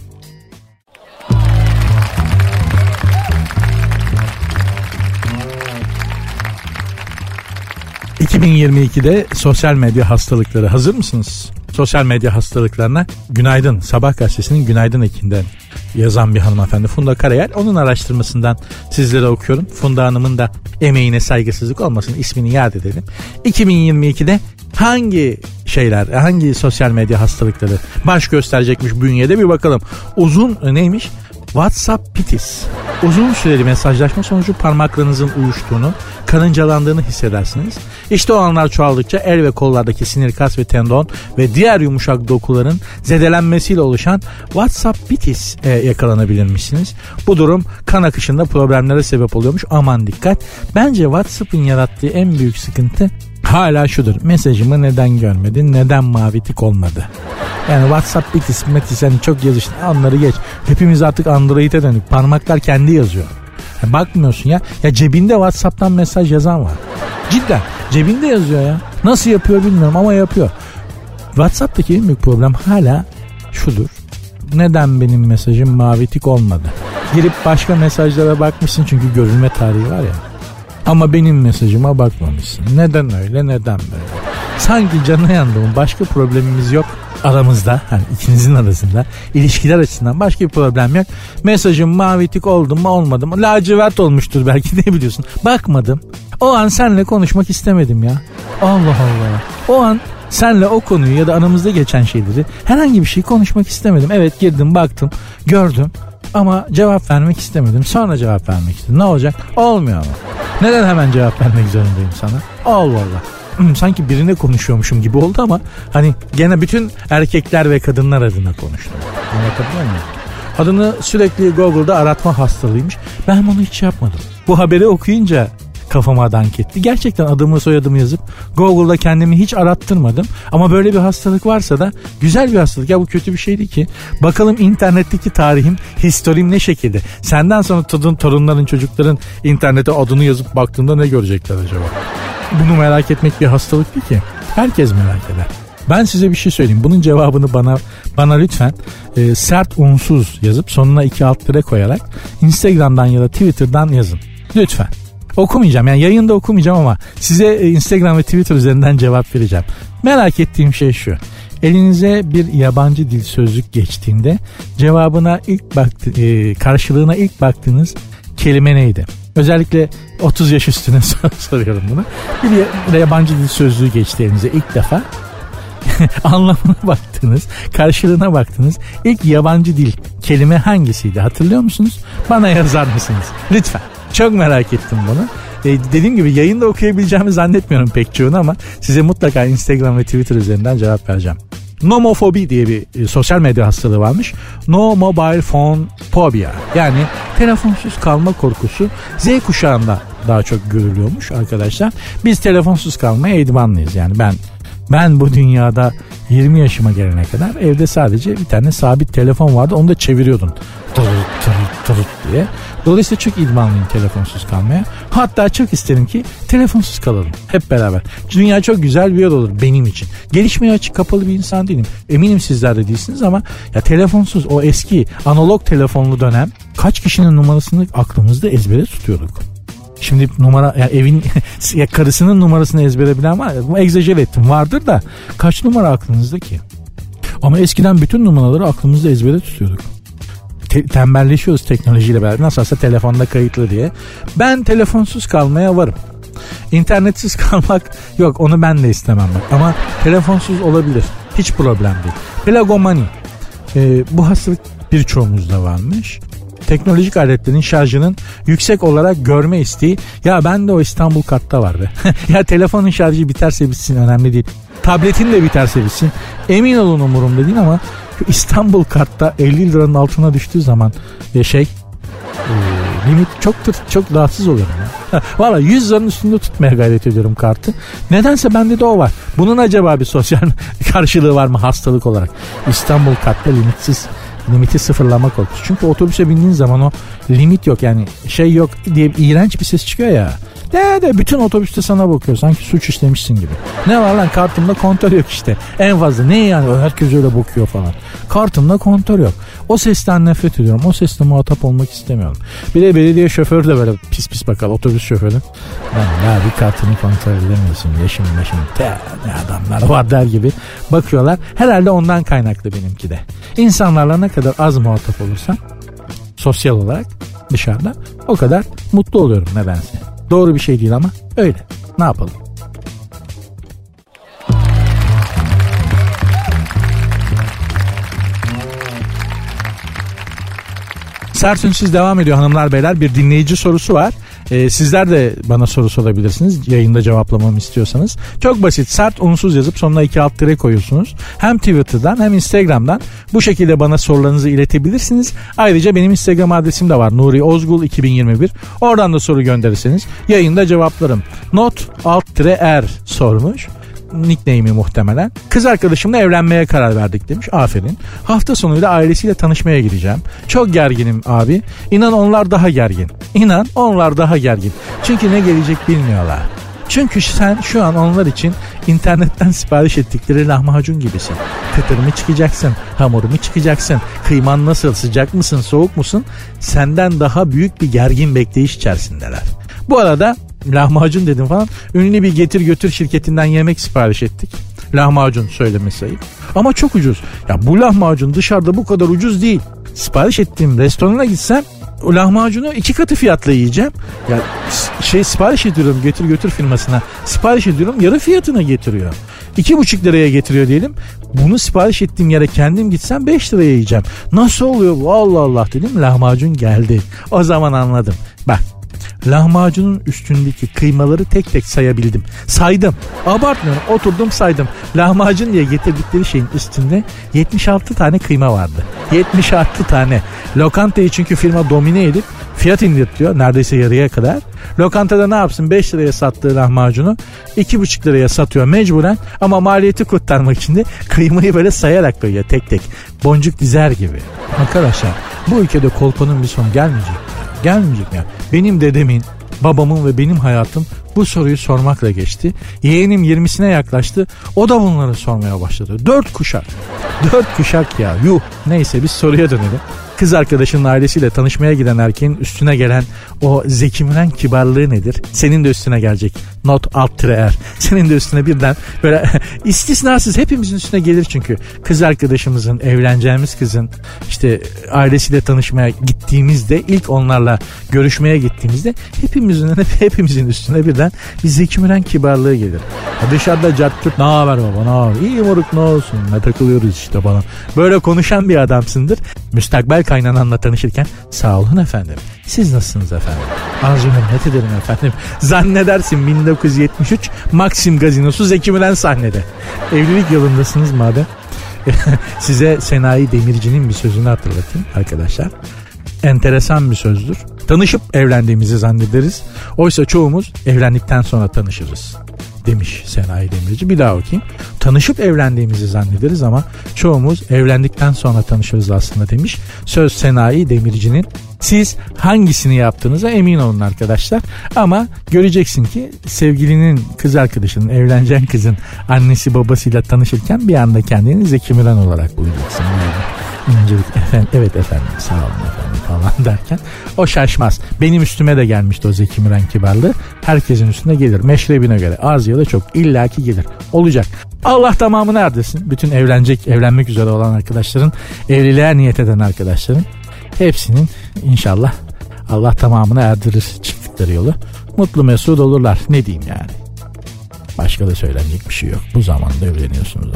...2022'de sosyal medya hastalıkları, hazır mısınız? Sosyal medya hastalıklarına Günaydın, Sabah gazetesinin Günaydın ekinden yazan bir hanımefendi Funda Karayel. Onun araştırmasından sizlere okuyorum. Funda Hanım'ın da emeğine saygısızlık olmasın, ismini yad edelim. 2022'de hangi sosyal medya hastalıkları baş gösterecekmiş bünyede, bir bakalım. Neymiş? WhatsAppitis. Uzun süreli mesajlaşma sonucu parmaklarınızın uyuştuğunu, karıncalandığını hissedersiniz. İşte o anlar çoğaldıkça el ve kollardaki sinir, kas ve tendon ve diğer yumuşak dokuların zedelenmesiyle oluşan WhatsAppitis yakalanabilirmişsiniz. Bu durum kan akışında problemlere sebep oluyormuş. Aman dikkat. Bence WhatsApp'ın yarattığı en büyük sıkıntı hala şudur: mesajımı neden görmedin, neden mavi tik olmadı? Yani WhatsApp bitis hani çok yazıştın, onları geç. Hepimiz artık Android'e dönük, parmaklar kendi yazıyor. Yani bakmıyorsun ya cebinde WhatsApp'tan mesaj yazan var. Cidden cebinde yazıyor ya. Nasıl yapıyor bilmiyorum ama yapıyor. WhatsApp'taki en büyük problem hala şudur: neden benim mesajım mavi tik olmadı? Girip başka mesajlara bakmışsın çünkü görülme tarihi var ya. Ama benim mesajıma bakmamışsın. Neden öyle, neden böyle? Sanki canı yandığım başka problemimiz yok. aramızda, hani ikinizin arasında ilişkiler açısından başka bir problem yok. Mesajım mavi tik oldu mu olmadı mı, lacivert olmuştur belki, ne biliyorsun. Bakmadım. O an seninle konuşmak istemedim ya. Allah Allah. O an senle o konuyu ya da aramızda geçen şeyleri, herhangi bir şey konuşmak istemedim. Evet, girdim, baktım, gördüm ama cevap vermek istemedim. Sonra cevap vermek istedim. Ne olacak? Olmuyor ama. Neden hemen cevap vermek zorundayım sana? Allah Allah. Sanki birine konuşuyormuşum gibi oldu ama hani gene bütün erkekler ve kadınlar adına konuştum. Anlatabiliyor muyum? Adını sürekli Google'da aratma hastalığıymış. Ben bunu hiç yapmadım. Bu haberi okuyunca kafama dank etti. Gerçekten adımı soyadımı yazıp Google'da kendimi hiç arattırmadım. Ama böyle bir hastalık varsa da güzel bir hastalık. Ya bu kötü bir şeydi ki. Bakalım internetteki tarihim, historim ne şekilde? Senden sonra torunların, çocukların internete adını yazıp baktığında ne görecekler acaba? Bunu merak etmek bir hastalık değil ki. Herkes merak eder. Ben size bir şey söyleyeyim. Bunun cevabını bana lütfen sert unsuz yazıp sonuna 2 alt tire koyarak Instagram'dan ya da Twitter'dan yazın. Lütfen. Okumayacağım, yani yayında okumayacağım ama size Instagram ve Twitter üzerinden cevap vereceğim. Merak ettiğim şey şu: elinize bir yabancı dil sözlük geçtiğinde cevabına karşılığına ilk baktığınız kelime neydi? Özellikle 30 yaş üstüne soruyorum bunu. Bir yabancı dil sözlüğü geçti elinize ilk defa. Anlamına baktınız, karşılığına baktınız. İlk yabancı dil kelime hangisiydi, hatırlıyor musunuz? Bana yazar mısınız? Lütfen. Çok merak ettim bunu. Dediğim gibi yayında okuyabileceğimi zannetmiyorum pek çoğunu ama size mutlaka Instagram ve Twitter üzerinden cevap vereceğim. Nomofobi diye bir sosyal medya hastalığı varmış. No mobile phone phobia. Yani telefonsuz kalma korkusu Z kuşağında daha çok görülüyormuş arkadaşlar. Biz telefonsuz kalmaya idmanlıyız. Yani ben bu dünyada 20 yaşıma gelene kadar evde sadece bir tane sabit telefon vardı. Onu da çeviriyordun. Tırıt diye. Dolayısıyla çok idmanlıyım telefonsuz kalmaya. Hatta çok isterim ki telefonsuz kalalım hep beraber. Dünya çok güzel bir yer olur benim için. Gelişmeye açık, kapalı bir insan değilim. Eminim sizler de değilsiniz ama ya telefonsuz, o eski analog telefonlu dönem, kaç kişinin numarasını aklımızda ezbere tutuyorduk. Şimdi numara, ya evin ya karısının numarasını ezbere bilen var. Egzajere ettim, vardır da kaç numara aklınızda ki? Ama eskiden bütün numaraları aklımızda ezbere tutuyorduk. Tembelleşiyoruz teknolojiyle beraber. Nasılsa telefonda kayıtlı diye. Ben telefonsuz kalmaya varım. İnternetsiz kalmak yok, onu ben de istemem bak. Ama telefonsuz olabilir. Hiç problem değil. Pelagomani. Bu hastalık birçoğumuzda varmış. Teknolojik aletlerin şarjının yüksek olarak görme isteği. Ya ben de o İstanbul Kart'ta var be. Ya telefonun şarjı biterse bitsin, önemli değil. Tabletin de biterse bitsin. Emin olun umurumda değil ama İstanbul Kart'ta 50 liranın altına düştüğü zaman limit çok rahatsız oluyorum ya. Valla 100 liranın üstünde tutmaya gayret ediyorum kartı. Nedense bende de o var. Bunun acaba bir sosyal karşılığı var mı hastalık olarak? İstanbul Kart'ta limiti sıfırlama korkusu. Çünkü otobüse bindiğin zaman o limit yok, yani şey yok diye iğrenç bir ses çıkıyor ya. De bütün otobüste sana bakıyor, sanki suç işlemişsin gibi. Ne var lan, kartımda kontör yok işte. En fazla ne yani, herkes öyle bakıyor falan. Kartımda kontör yok. O sesten nefret ediyorum. O sesle muhatap olmak istemiyorum. Bir de belediye şoförü de böyle pis bakar, otobüs şoförü. Ya bir kartını kontrol edemiyorsun. Yaşım ne adamlar var der gibi bakıyorlar. Herhalde ondan kaynaklı benimki de. İnsanlarla ne kadar az muhatap olursam sosyal olarak dışarıda o kadar mutlu oluyorum nedense. Doğru bir şey değil ama öyle. Ne yapalım? Sert Ünsüz devam ediyor hanımlar beyler. Bir dinleyici sorusu var. Sizler de bana soru sorabilirsiniz yayında cevaplamamı istiyorsanız. Çok basit, sert unsuz yazıp sonuna 2 alt tire koyuyorsunuz. Hem Twitter'dan hem Instagram'dan bu şekilde bana sorularınızı iletebilirsiniz. Ayrıca benim Instagram adresim de var, Nuri Ozgul 2021. Oradan da soru gönderirseniz yayında cevaplarım. Not alt tire er sormuş. Nickname'i muhtemelen. Kız arkadaşımla evlenmeye karar verdik demiş. Aferin. Hafta sonuyla ailesiyle tanışmaya gideceğim. Çok gerginim abi. İnan onlar daha gergin. Çünkü ne gelecek bilmiyorlar. Çünkü sen şu an onlar için internetten sipariş ettikleri lahmacun gibisin. Kıtır mı çıkacaksın? Hamur mu çıkacaksın? Kıyman nasıl? Sıcak mısın? Soğuk musun? Senden daha büyük bir gergin bekleyiş içerisindeler. Bu arada lahmacun dedim falan. Ünlü bir getir götür şirketinden yemek sipariş ettik. Lahmacun söylemesi ayıp. Ama çok ucuz. Ya bu lahmacun dışarıda bu kadar ucuz değil. Sipariş ettiğim restorana gitsem o lahmacunu 2 katı fiyatla yiyeceğim. Ya sipariş ediyorum getir götür firmasına. Sipariş ediyorum yarı fiyatına getiriyor. 2,5 liraya getiriyor diyelim. Bunu sipariş ettiğim yere kendim gitsem 5 liraya yiyeceğim. Nasıl oluyor bu? Allah Allah dedim. Lahmacun geldi. O zaman anladım. Bak. Lahmacunun üstündeki kıymaları tek tek sayabildim. Saydım. Abartmıyorum. Oturdum saydım. Lahmacun diye getirdikleri şeyin üstünde 76 tane kıyma vardı. 76 tane. Lokantayı çünkü firma domine edip fiyat indirtiyor. Neredeyse yarıya kadar. Lokantada ne yapsın? 5 liraya sattığı lahmacunu 2,5 liraya satıyor mecburen. Ama maliyeti kurtarmak için de kıymayı böyle sayarak koyuyor tek tek. Boncuk dizer gibi. Arkadaşlar bu ülkede kolpanın bir sonu gelmeyecek. Gelmeyecek mi? Benim dedemin, babamın ve benim hayatım bu soruyu sormakla geçti. Yeğenim 20'sine yaklaştı. O da bunları sormaya başladı. 4 kuşak. 4 kuşak ya. Yuh. Neyse biz soruya dönelim. Kız arkadaşının ailesiyle tanışmaya giden erkeğin üstüne gelen o Zeki Müren kibarlığı nedir? Senin de üstüne gelecek. Not alt tire. Senin de üstüne birden böyle istisnasız hepimizin üstüne gelir çünkü. Kız arkadaşımızın, evleneceğimiz kızın işte ailesiyle tanışmaya gittiğimizde, ilk onlarla görüşmeye gittiğimizde hepimizin üstüne birden bir Zeki Müren kibarlığı gelir. Dışarıda cartçurt ne haber baba ne haber? İyi moruk ne olsun ne takılıyoruz işte bana. Böyle konuşan bir adamsındır. Müstakbel kaynananla tanışırken sağ olun efendim. Siz nasılsınız efendim? Arzu hürmet ederim efendim. Zannedersin 1973 Maxim Gazinosu Zeki Müren sahnede. Evlilik yolundasınız madem. Size Senayi Demirci'nin bir sözünü hatırlatayım arkadaşlar. Enteresan bir sözdür. Tanışıp evlendiğimizi zannederiz. Oysa çoğumuz evlendikten sonra tanışırız demiş Senayi Demirci. Bir daha okuyayım. Tanışıp evlendiğimizi zannederiz ama çoğumuz evlendikten sonra tanışırız aslında demiş. Söz Senayi Demirci'nin. Siz hangisini yaptığınıza emin olun arkadaşlar. Ama göreceksin ki sevgilinin, kız arkadaşının, evleneceğin kızın annesi babasıyla tanışırken bir anda kendini Zeki Müren olarak bulacaksın. İncelik efendim, evet efendim sağ olun efendim falan derken o şaşmaz. Benim üstüme de gelmişti o Zeki Müren kibarlığı. Herkesin üstüne gelir. Meşrebine göre az ya da çok illaki gelir. Olacak. Allah tamamını erdirsin. Bütün evlenmek üzere olan arkadaşların, evliliğe niyet eden arkadaşların hepsinin inşallah Allah tamamını erdirir çıktıkları yolu. Mutlu mesut olurlar. Ne diyeyim yani. Başka da söylenecek bir şey yok. Bu zamanda evleniyorsunuz.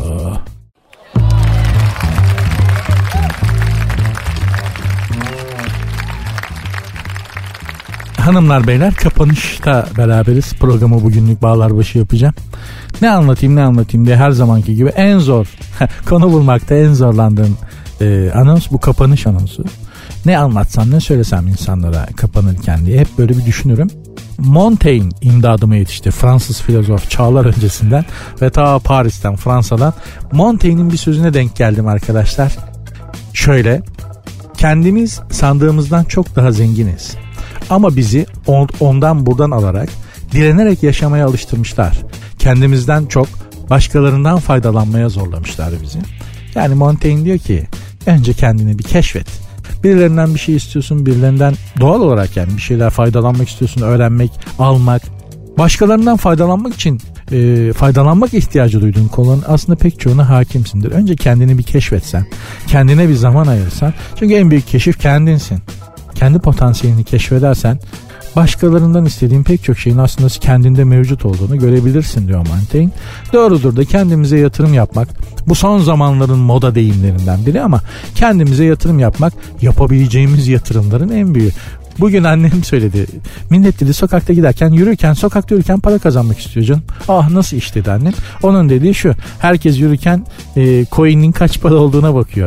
Hanımlar beyler kapanışta beraberiz. Programı bugünlük Bağlarbaşı yapacağım. Ne anlatayım diye her zamanki gibi en zor konu bulmakta en zorlandığım anons bu kapanış anonsu. Ne anlatsam ne söylesem insanlara kapanırken diye hep böyle bir düşünürüm. Montaigne imdadıma yetişti. Fransız filozof çağlar öncesinden ve ta Paris'ten, Fransa'dan. Montaigne'in bir sözüne denk geldim arkadaşlar. Şöyle: kendimiz sandığımızdan çok daha zenginiz. Ama bizi ondan buradan alarak direnerek yaşamaya alıştırmışlar. Kendimizden çok başkalarından faydalanmaya zorlamışlar bizi. Yani Montaigne diyor ki önce kendini bir keşfet. Birilerinden bir şey istiyorsun, birilerinden doğal olarak yani bir şeyler faydalanmak istiyorsun, öğrenmek, almak. Başkalarından faydalanmak için faydalanmak ihtiyacı duyduğun konuların aslında pek çoğuna hakimsindir. Önce kendini bir keşfetsen, kendine bir zaman ayırsan. Çünkü en büyük keşif kendinsin. Kendi potansiyelini keşfedersen başkalarından istediğin pek çok şeyin aslında kendinde mevcut olduğunu görebilirsin diyor Montaigne. Doğrudur da kendimize yatırım yapmak bu son zamanların moda deyimlerinden biri ama kendimize yatırım yapmak yapabileceğimiz yatırımların en büyüğü. Bugün annem söyledi. Millet dedi sokakta giderken sokakta yürürken para kazanmak istiyor canım. Ah nasıl iş dedi annem. Onun dediği şu: herkes yürürken coin'in kaç para olduğuna bakıyor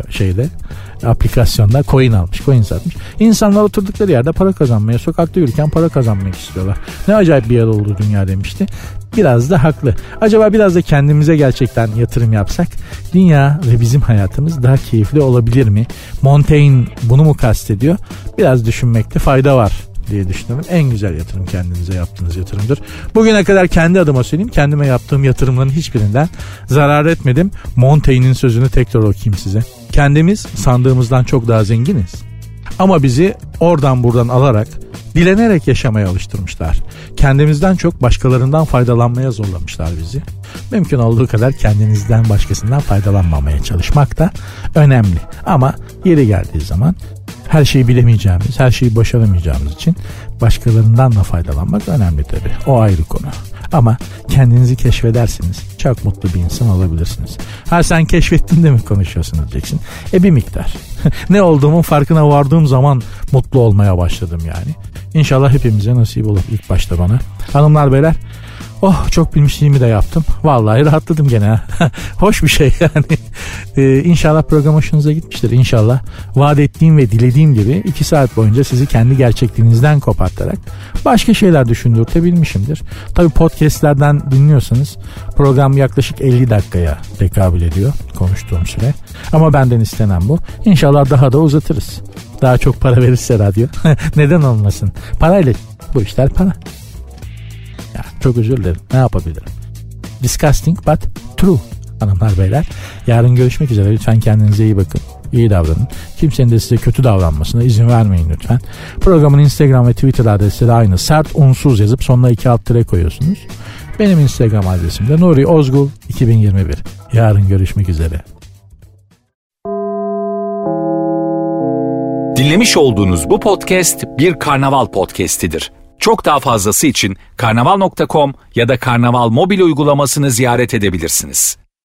aplikasyonda coin almış, coin satmış. İnsanlar oturdukları yerde para kazanmaya, sokakta yürürken para kazanmak istiyorlar. Ne acayip bir yer oldu dünya demişti. Biraz da haklı. Acaba biraz da kendimize gerçekten yatırım yapsak dünya ve bizim hayatımız daha keyifli olabilir mi? Montaigne bunu mu kastediyor? Biraz düşünmekte fayda var diye düşünüyorum. En güzel yatırım kendinize yaptığınız yatırımdır. Bugüne kadar kendi adıma söyleyeyim, kendime yaptığım yatırımların hiçbirinden zarar etmedim. Montaigne'in sözünü tekrar okuyayım size. Kendimiz sandığımızdan çok daha zenginiz. Ama bizi oradan buradan alarak Dilenerek yaşamaya alıştırmışlar. Kendimizden çok başkalarından faydalanmaya zorlamışlar bizi. Mümkün olduğu kadar kendinizden başkasından faydalanmamaya çalışmak da önemli. Ama yeri geldiği zaman her şeyi bilemeyeceğimiz, her şeyi başaramayacağımız için başkalarından da faydalanmak önemli tabii. O ayrı konu. Ama kendinizi keşfedersiniz, çok mutlu bir insan olabilirsiniz. Ha sen keşfettin de mi konuşuyorsun diyeceksin. Bir miktar. Ne olduğumun farkına vardığım zaman mutlu olmaya başladım yani. İnşallah hepimize nasip olur ilk başta bana. Hanımlar beyler, çok bilmişliğimi de yaptım. Vallahi rahatladım gene. Hoş bir şey yani. İnşallah program hoşunuza gitmiştir. İnşallah vaat ettiğim ve dilediğim gibi 2 saat boyunca sizi kendi gerçekliğinizden kopartarak başka şeyler düşündürtebilmişimdir. Tabii podcastlerden dinliyorsanız program yaklaşık 50 dakikaya tekabül ediyor konuştuğum süre. Ama benden istenen bu. İnşallah daha da uzatırız. Daha çok para verirse radyo. Neden olmasın? Parayla bu işler para. Ya, çok özür dilerim. Ne yapabilirim? Disgusting but true. Hanımlar beyler, yarın görüşmek üzere. Lütfen kendinize iyi bakın. İyi davranın. Kimsenin de size kötü davranmasına izin vermeyin lütfen. Programın Instagram ve Twitter adresleri aynı. Sert unsuz yazıp sonuna 2 alt tire koyuyorsunuz. Benim Instagram adresim de Nuri Ozgul 2021. Yarın görüşmek üzere. Dinlemiş olduğunuz bu podcast bir Karnaval podcastidir. Çok daha fazlası için karnaval.com ya da Karnaval mobil uygulamasını ziyaret edebilirsiniz.